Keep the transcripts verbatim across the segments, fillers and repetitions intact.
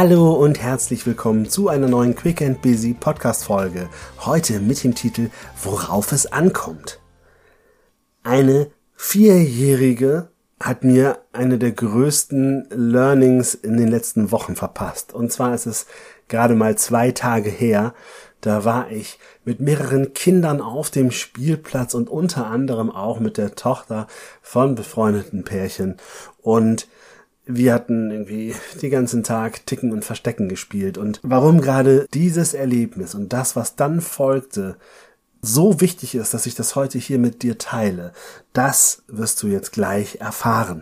Hallo und herzlich willkommen zu einer neuen Quick and Busy Podcast-Folge. Heute mit dem Titel Worauf es ankommt. Eine Vierjährige hat mir eine der größten Learnings in den letzten Wochen verpasst. Und zwar ist es gerade mal zwei Tage her. Da war ich mit mehreren Kindern auf dem Spielplatz und unter anderem auch mit der Tochter von befreundeten Pärchen. Und wir hatten irgendwie den ganzen Tag Ticken und Verstecken gespielt. Und warum gerade dieses Erlebnis und das, was dann folgte, so wichtig ist, dass ich das heute hier mit dir teile, das wirst du jetzt gleich erfahren.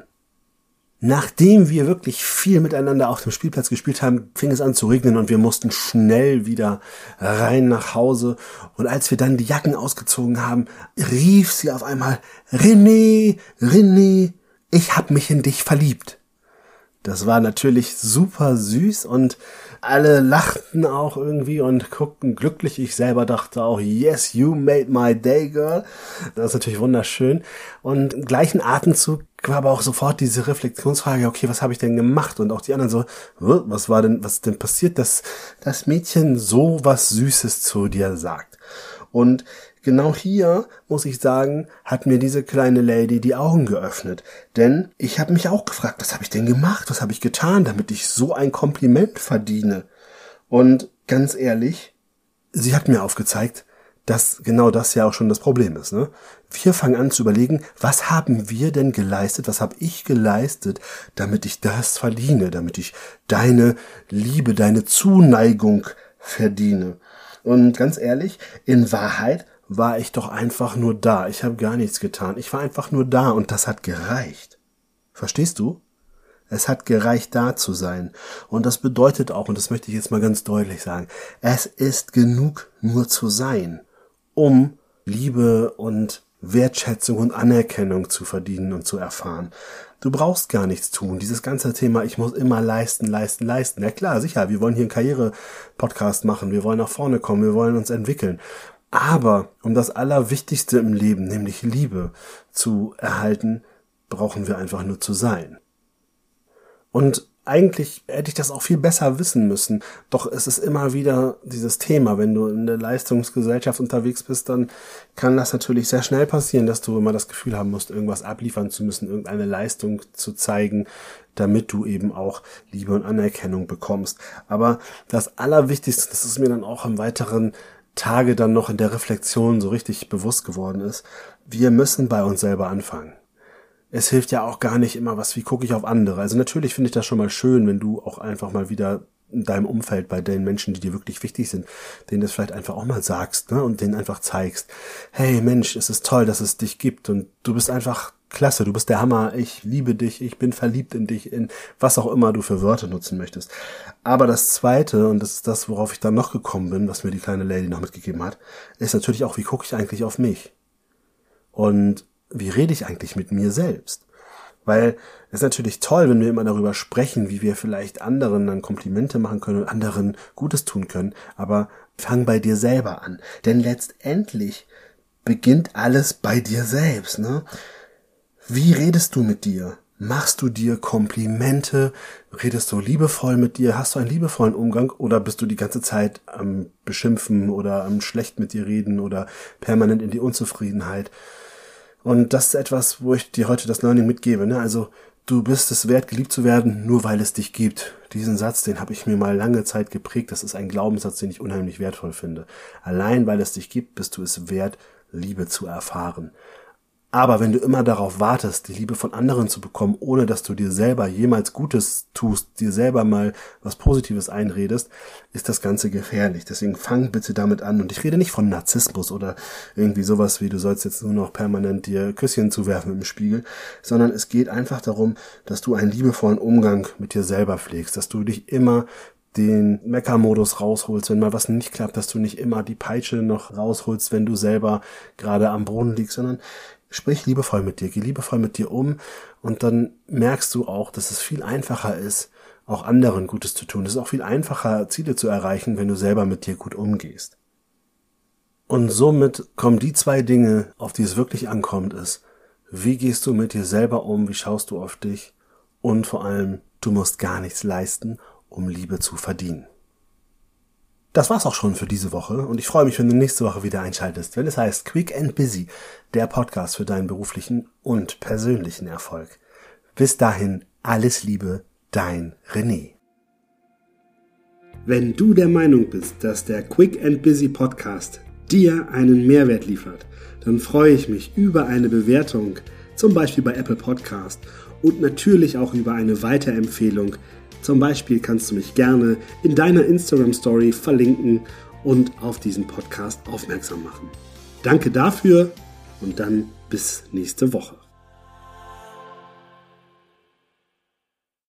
Nachdem wir wirklich viel miteinander auf dem Spielplatz gespielt haben, fing es an zu regnen und wir mussten schnell wieder rein nach Hause. Und als wir dann die Jacken ausgezogen haben, rief sie auf einmal, René, René, ich hab mich in dich verliebt. Das war natürlich super süß und alle lachten auch irgendwie und guckten glücklich. Ich selber dachte auch, yes, you made my day, girl. Das ist natürlich wunderschön. Und im gleichen Atemzug war aber auch sofort diese Reflexionsfrage, okay, was habe ich denn gemacht? Und auch die anderen so, was war denn, was ist denn passiert, dass das Mädchen so was Süßes zu dir sagt? Und genau hier, muss ich sagen, hat mir diese kleine Lady die Augen geöffnet. Denn ich habe mich auch gefragt, was habe ich denn gemacht? Was habe ich getan, damit ich so ein Kompliment verdiene? Und ganz ehrlich, sie hat mir aufgezeigt, dass genau das ja auch schon das Problem ist. Ne? Wir fangen an zu überlegen, was haben wir denn geleistet, was habe ich geleistet, damit ich das verdiene, damit ich deine Liebe, deine Zuneigung verdiene. Und ganz ehrlich, in Wahrheit war ich doch einfach nur da. Ich habe gar nichts getan. Ich war einfach nur da und das hat gereicht. Verstehst du? Es hat gereicht, da zu sein. Und das bedeutet auch, und das möchte ich jetzt mal ganz deutlich sagen, es ist genug, nur zu sein, um Liebe und Wertschätzung und Anerkennung zu verdienen und zu erfahren. Du brauchst gar nichts tun. Dieses ganze Thema, ich muss immer leisten, leisten, leisten. Ja klar, sicher, wir wollen hier einen Karriere-Podcast machen, wir wollen nach vorne kommen, wir wollen uns entwickeln. Aber um das Allerwichtigste im Leben, nämlich Liebe, zu erhalten, brauchen wir einfach nur zu sein. Und eigentlich hätte ich das auch viel besser wissen müssen. Doch es ist immer wieder dieses Thema. Wenn du in der Leistungsgesellschaft unterwegs bist, dann kann das natürlich sehr schnell passieren, dass du immer das Gefühl haben musst, irgendwas abliefern zu müssen, irgendeine Leistung zu zeigen, damit du eben auch Liebe und Anerkennung bekommst. Aber das Allerwichtigste, das ist mir dann auch im weiteren Tage dann noch in der Reflexion so richtig bewusst geworden ist, wir müssen bei uns selber anfangen. Es hilft ja auch gar nicht immer was, wie gucke ich auf andere. Also natürlich finde ich das schon mal schön, wenn du auch einfach mal wieder in deinem Umfeld bei den Menschen, die dir wirklich wichtig sind, denen das vielleicht einfach auch mal sagst, ne, und denen einfach zeigst, hey Mensch, es ist toll, dass es dich gibt und du bist einfach klasse, du bist der Hammer, ich liebe dich, ich bin verliebt in dich, in was auch immer du für Wörter nutzen möchtest. Aber das Zweite, und das ist das, worauf ich dann noch gekommen bin, was mir die kleine Lady noch mitgegeben hat, ist natürlich auch, wie gucke ich eigentlich auf mich? Und wie rede ich eigentlich mit mir selbst? Weil es ist natürlich toll, wenn wir immer darüber sprechen, wie wir vielleicht anderen dann Komplimente machen können und anderen Gutes tun können, aber fang bei dir selber an. Denn letztendlich beginnt alles bei dir selbst, ne? Wie redest du mit dir? Machst du dir Komplimente? Redest du liebevoll mit dir? Hast du einen liebevollen Umgang? Oder bist du die ganze Zeit am Beschimpfen oder am schlecht mit dir reden oder permanent in die Unzufriedenheit? Und das ist etwas, wo ich dir heute das Learning mitgebe. Ne? Also du bist es wert, geliebt zu werden, nur weil es dich gibt. Diesen Satz, den habe ich mir mal lange Zeit geprägt. Das ist ein Glaubenssatz, den ich unheimlich wertvoll finde. Allein weil es dich gibt, bist du es wert, Liebe zu erfahren. Aber wenn du immer darauf wartest, die Liebe von anderen zu bekommen, ohne dass du dir selber jemals Gutes tust, dir selber mal was Positives einredest, ist das Ganze gefährlich. Deswegen fang bitte damit an. Und ich rede nicht von Narzissmus oder irgendwie sowas wie, du sollst jetzt nur noch permanent dir Küsschen zuwerfen im Spiegel, sondern es geht einfach darum, dass du einen liebevollen Umgang mit dir selber pflegst, dass du dich immer den Meckermodus rausholst, wenn mal was nicht klappt, dass du nicht immer die Peitsche noch rausholst, wenn du selber gerade am Boden liegst, sondern sprich liebevoll mit dir, geh liebevoll mit dir um und dann merkst du auch, dass es viel einfacher ist, auch anderen Gutes zu tun. Es ist auch viel einfacher, Ziele zu erreichen, wenn du selber mit dir gut umgehst. Und somit kommen die zwei Dinge, auf die es wirklich ankommt, ist, wie gehst du mit dir selber um, wie schaust du auf dich und vor allem, du musst gar nichts leisten, um Liebe zu verdienen. Das war's auch schon für diese Woche und ich freue mich, wenn du nächste Woche wieder einschaltest, wenn es heißt Quick and Busy, der Podcast für deinen beruflichen und persönlichen Erfolg. Bis dahin, alles Liebe, dein René. Wenn du der Meinung bist, dass der Quick and Busy Podcast dir einen Mehrwert liefert, dann freue ich mich über eine Bewertung, zum Beispiel bei Apple Podcast und natürlich auch über eine Weiterempfehlung. Zum Beispiel kannst du mich gerne in deiner Instagram-Story verlinken und auf diesen Podcast aufmerksam machen. Danke dafür und dann bis nächste Woche.